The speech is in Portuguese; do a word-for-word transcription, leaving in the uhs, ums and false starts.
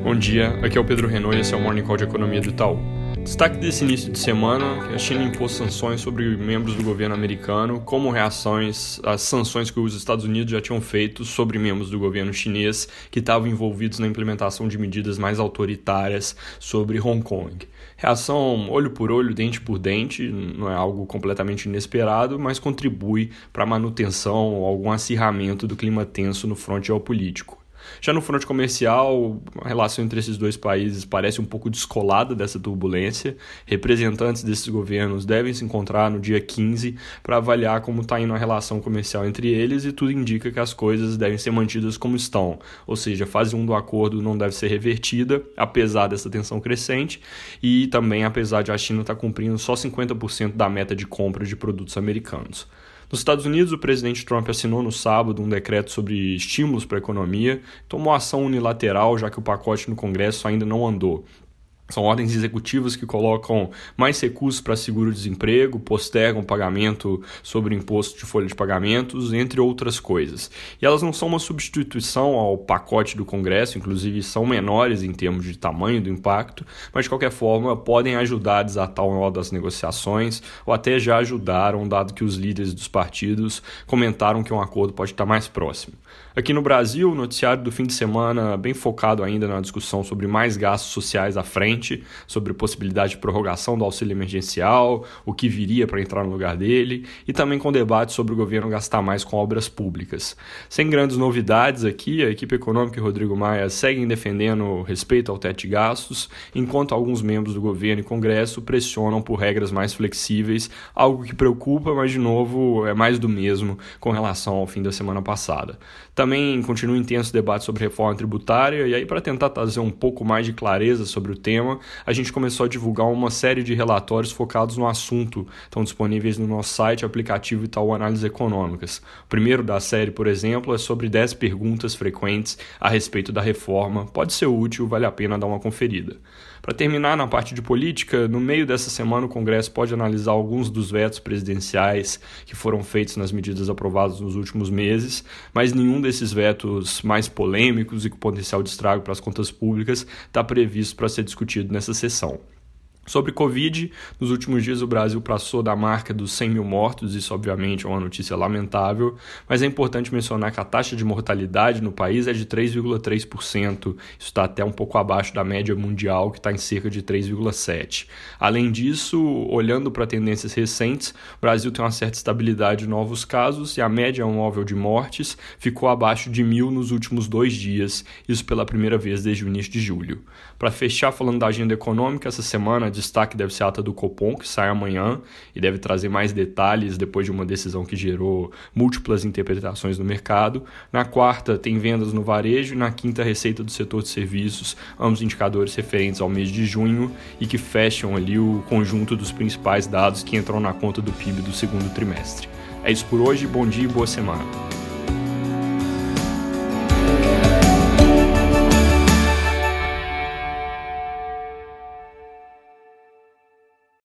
Bom dia, aqui é o Pedro Renault e esse é o Morning Call de Economia do Itaú. Destaque desse início de semana, a China impôs sanções sobre membros do governo americano como reações às sanções que os Estados Unidos já tinham feito sobre membros do governo chinês que estavam envolvidos na implementação de medidas mais autoritárias sobre Hong Kong. Reação olho por olho, dente por dente, não é algo completamente inesperado, mas contribui para a manutenção ou algum acirramento do clima tenso no fronte geopolítico. Já no fronte comercial, a relação entre esses dois países parece um pouco descolada dessa turbulência. Representantes desses governos devem se encontrar no dia quinze para avaliar como está indo a relação comercial entre eles e tudo indica que as coisas devem ser mantidas como estão. Ou seja, a fase um do acordo não deve ser revertida, apesar dessa tensão crescente e também apesar de a China estar cumprindo só cinquenta por cento da meta de compra de produtos americanos. Nos Estados Unidos, o presidente Trump assinou no sábado um decreto sobre estímulos para a economia, tomou ação unilateral, já que o pacote no Congresso ainda não andou. São ordens executivas que colocam mais recursos para seguro-desemprego, postergam o pagamento sobre o imposto de folha de pagamentos, entre outras coisas. E elas não são uma substituição ao pacote do Congresso, inclusive são menores em termos de tamanho do impacto, mas de qualquer forma podem ajudar a desatar o nó das negociações ou até já ajudaram, dado que os líderes dos partidos comentaram que um acordo pode estar mais próximo. Aqui no Brasil, o noticiário do fim de semana bem focado ainda na discussão sobre mais gastos sociais à frente, sobre possibilidade de prorrogação do auxílio emergencial, o que viria para entrar no lugar dele, e também com debate sobre o governo gastar mais com obras públicas. Sem grandes novidades aqui, a equipe econômica e Rodrigo Maia seguem defendendo respeito ao teto de gastos, enquanto alguns membros do governo e Congresso pressionam por regras mais flexíveis, algo que preocupa, mas de novo é mais do mesmo com relação ao fim da semana passada. Também continua intenso debate sobre reforma tributária, e aí para tentar trazer um pouco mais de clareza sobre o tema, a gente começou a divulgar uma série de relatórios focados no assunto, estão disponíveis no nosso site, aplicativo Itaú Análises Econômicas. O primeiro da série, por exemplo, é sobre dez perguntas frequentes a respeito da reforma, pode ser útil, vale a pena dar uma conferida. Para terminar, na parte de política, no meio dessa semana o Congresso pode analisar alguns dos vetos presidenciais que foram feitos nas medidas aprovadas nos últimos meses, mas nenhum desses vetos mais polêmicos e com potencial de estrago para as contas públicas está previsto para ser discutido nessa sessão. Sobre Covid, nos últimos dias o Brasil passou da marca dos cem mil mortos, isso obviamente é uma notícia lamentável, mas é importante mencionar que a taxa de mortalidade no país é de três vírgula três por cento, isso está até um pouco abaixo da média mundial, que está em cerca de três vírgula sete por cento. Além disso, olhando para tendências recentes, o Brasil tem uma certa estabilidade de novos casos e a média móvel de mortes ficou abaixo de mil nos últimos dois dias, isso pela primeira vez desde o início de julho. Para fechar falando da agenda econômica, essa semana destaque deve ser a ata do Copom, que sai amanhã e deve trazer mais detalhes depois de uma decisão que gerou múltiplas interpretações no mercado. Na quarta, tem vendas no varejo e na quinta, receita do setor de serviços, ambos indicadores referentes ao mês de junho e que fecham ali o conjunto dos principais dados que entram na conta do P I B do segundo trimestre. É isso por hoje, bom dia e boa semana.